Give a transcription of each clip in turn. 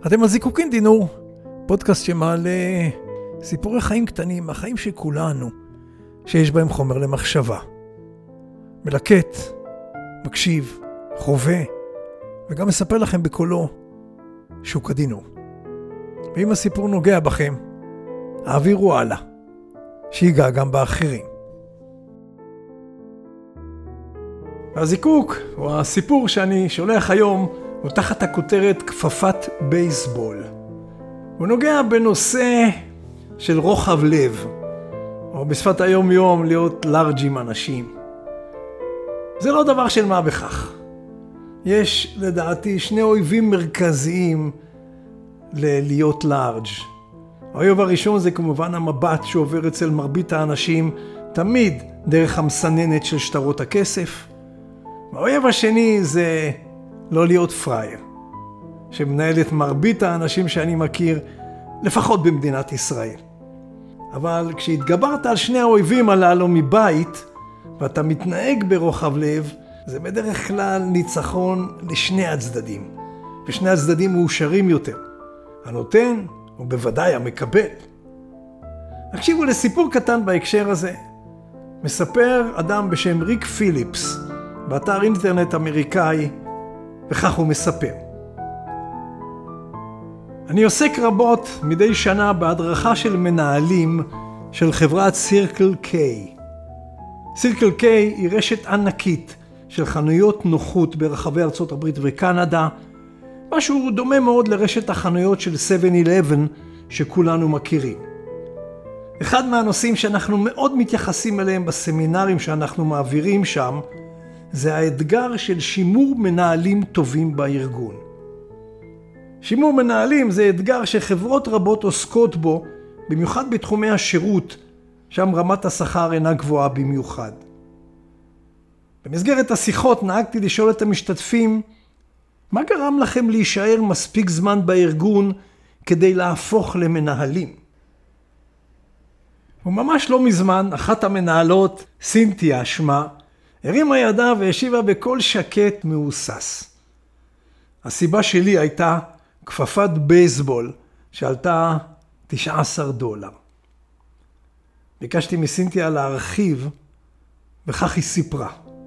אתם על זיקוקין דינור, פודקאסט שמעלה סיפורי חיים קטנים, החיים של כולנו, שיש בהם חומר למחשבה. מלקט, מקשיב, חווה, וגם מספר לכם בקולו שוק הדינור. ואם הסיפור נוגע בכם, העבירו הלאה, שיגע גם באחרים. והזיקוק, או הסיפור שאני שולח היום, הוא תחת הכותרת כפפת בייסבול. הוא נוגע בנושא של רוחב לב, או בשפת היום יום להיות לארג' עם אנשים. זה לא דבר של מה בכך. יש לדעתי שני אויבים מרכזיים להיות לארג'. האויב הראשון זה כמובן המבט שעובר אצל מרבית האנשים תמיד דרך המסננת של שטרות הכסף. והאויב השני זה לא להיות פרייר, שמנהל את מרבית האנשים שאני מכיר, לפחות במדינת ישראל. אבל כשהתגברת על שני האויבים הללו מבית, ואתה מתנהג ברוחב לב, זה בדרך כלל ניצחון לשני הצדדים. ושני הצדדים מאושרים יותר. הנותן הוא בוודאי המקבל. הקשיבו לסיפור קטן בהקשר הזה. מספר אדם בשם ריק פיליפס, באתר אינטרנט אמריקאי, וכך הוא מספר. אני עוסק רבות מדי שנה בהדרכה של מנהלים של חברת סירקל קיי. סירקל קיי היא רשת ענקית של חנויות נוחות ברחבי ארצות הברית וקנדה, משהו דומה מאוד לרשת החנויות של 7-11 שכולנו מכירים. אחד מהנושאים שאנחנו מאוד מתייחסים אליהם בסמינרים שאנחנו מעבירים שם, זה האתגר של שימור מנהלים טובים בארגון. שימור מנהלים זה אתגר שחברות רבות עוסקות בו, במיוחד בתחומי השירות, שם רמת השכר אינה גבוהה במיוחד. במסגרת השיחות נהגתי לשאול את המשתתפים, מה גרם לכם להישאר מספיק זמן בארגון כדי להפוך למנהלים? וממש לא מזמן, אחת המנהלות, סינתיה שמה, הרימה ידה והשיבה בקול שקט מאוסס. הסיבה שלי הייתה כפפת בייסבול שעלתה $19. ביקשתי מסינתיה להרחיב, וכך היא סיפרה.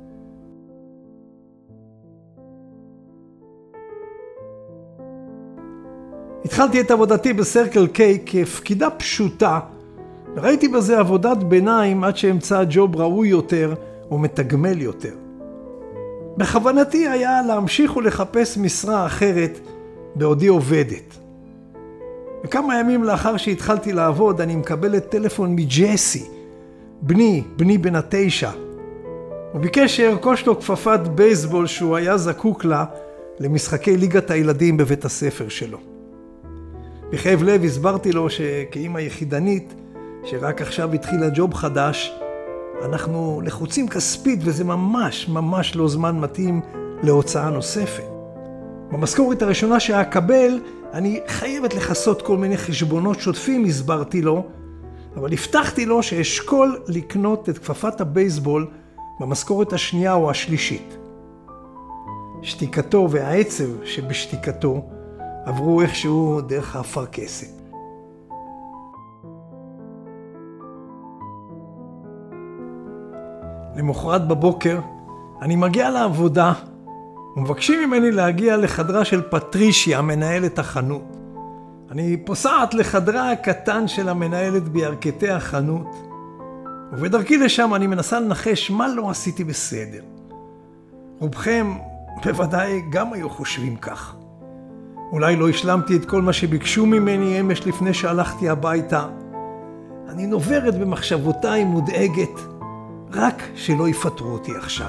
התחלתי את עבודתי בסרקל קיי כפקידה פשוטה, וראיתי בזה עבודת ביניים עד שאמצא ג'וב ראוי יותר ומתגמל יותר. בכוונתי היה להמשיך ולחפש משרה אחרת בעודי עובדת. וכמה ימים לאחר שהתחלתי לעבוד אני מקבלת טלפון מג'סי, בני בן 9. הוא ביקש שארכוש לו כפפת בייסבול שהוא היה זקוק לה למשחקי ליגת הילדים בבית הספר שלו. בכאב לב הסברתי לו שכאמא יחידנית שרק עכשיו התחילה ג'וב חדש, אנחנו לחוצים כספית וזה ממש לא זמן מתאים להוצאה נוספת. במשכורת הראשונה שאקבל, אני חייבת לחסות כל מיני חשבונות שוטפים, הסברתי לו, אבל הבטחתי לו שאשכול לקנות את כפפת הבייסבול במשכורת השנייה או השלישית. שתיקתו והעצב שבשתיקתו עברו איכשהו דרך האפרכסת. למחרת בבוקר אני מגיע לעבודה ומבקשים ממני להגיע לחדרה של פטרישיה, מנהלת החנות. אני פוסעת לחדרה הקטן של המנהלת בירכתי החנות, ובדרכי לשם אני מנסה לנחש מה לא עשיתי בסדר. רובכם בוודאי גם היו חושבים כך. אולי לא השלמתי את כל מה שביקשו ממני אמש לפני שהלכתי הביתה. אני נוברת במחשבותיי מודאגת, רק שלא יפטרו אותי עכשיו.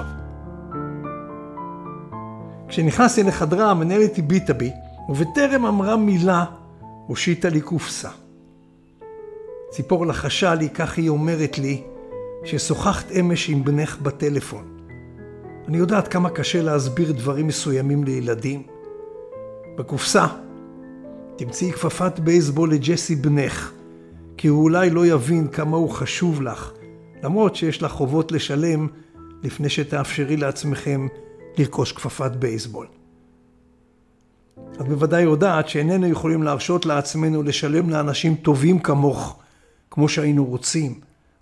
כשנכנסתי לחדרה, המנהלת הביטה בי, ובטרם אמרה מילה, הושיטה לי קופסה. ציפור לחשה לי, כך היא אומרת לי, ששוחחת אמש עם בנך בטלפון. אני יודעת כמה קשה להסביר דברים מסוימים לילדים. בקופסה תמצאי כפפת בייסבול לג'סי בנך, כי הוא אולי לא יבין כמה הוא חשוב לך, למרות שיש לך חובות לשלם לפני שתאפשרי לעצמכם לרכוש כפפת בייסבול. את בוודאי יודעת שאיננו יכולים להרשות לעצמנו לשלם לאנשים טובים כמוך, כמו שהיינו רוצים,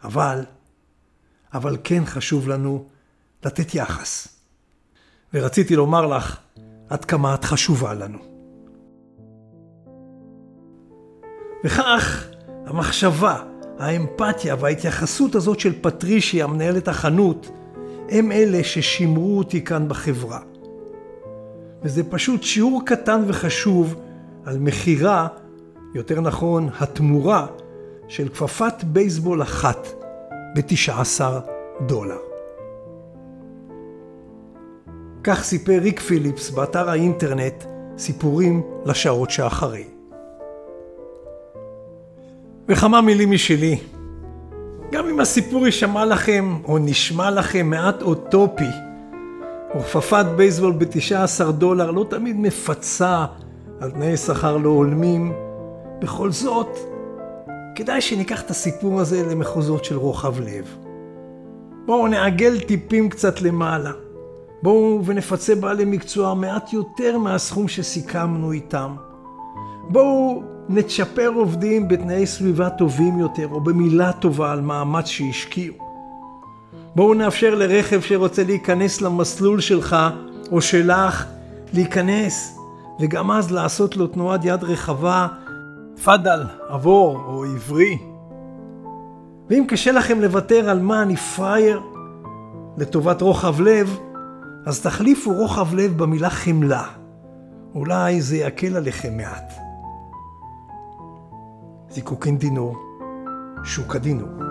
אבל כן חשוב לנו לתת יחס. ורציתי לומר לך עד כמה את חשובה לנו. וכך המחשבה, האמפתיה וההתייחסות הזאת של פטרישיה, מנהלת החנות, הם אלה ששימרו אותי כאן בחברה. וזה פשוט שיעור קטן וחשוב על מחירה, יותר נכון התמורה, של כפפת בייסבול אחת ב$19. כך סיפר ריק פיליפס באתר האינטרנט סיפורים לשעות שאחרי. וכמה מילים משלי. גם אם הסיפור יישמע לכם או נשמע לכם מעט אוטופי, או כפפת בייסבול ב$19 לא תמיד מפצה על תנאי שכר לא הולמים, בכל זאת כדאי שניקח את הסיפור הזה למחוזות של רוחב לב. בואו נעגל טיפים קצת למעלה. בואו ונפצה בעלי מקצוע מעט יותר מהסכום שסיכמנו איתם. בואו נצ'פר עובדים בתנאי סביבה טובים יותר או במילה טובה על מאמץ שהשקיעו. בואו נאפשר לרכב שרוצה להיכנס למסלול שלך או שלך להיכנס, וגם אז לעשות לו תנועת יד רחבה, פדל, עבור או עברי. ואם קשה לכם לוותר על מה אני פרייר לטובת רוחב לב, אז תחליפו רוחב לב במילה חמלה. אולי זה יקל עליכם מעט. זיקוקין דינו, שוקה דינו.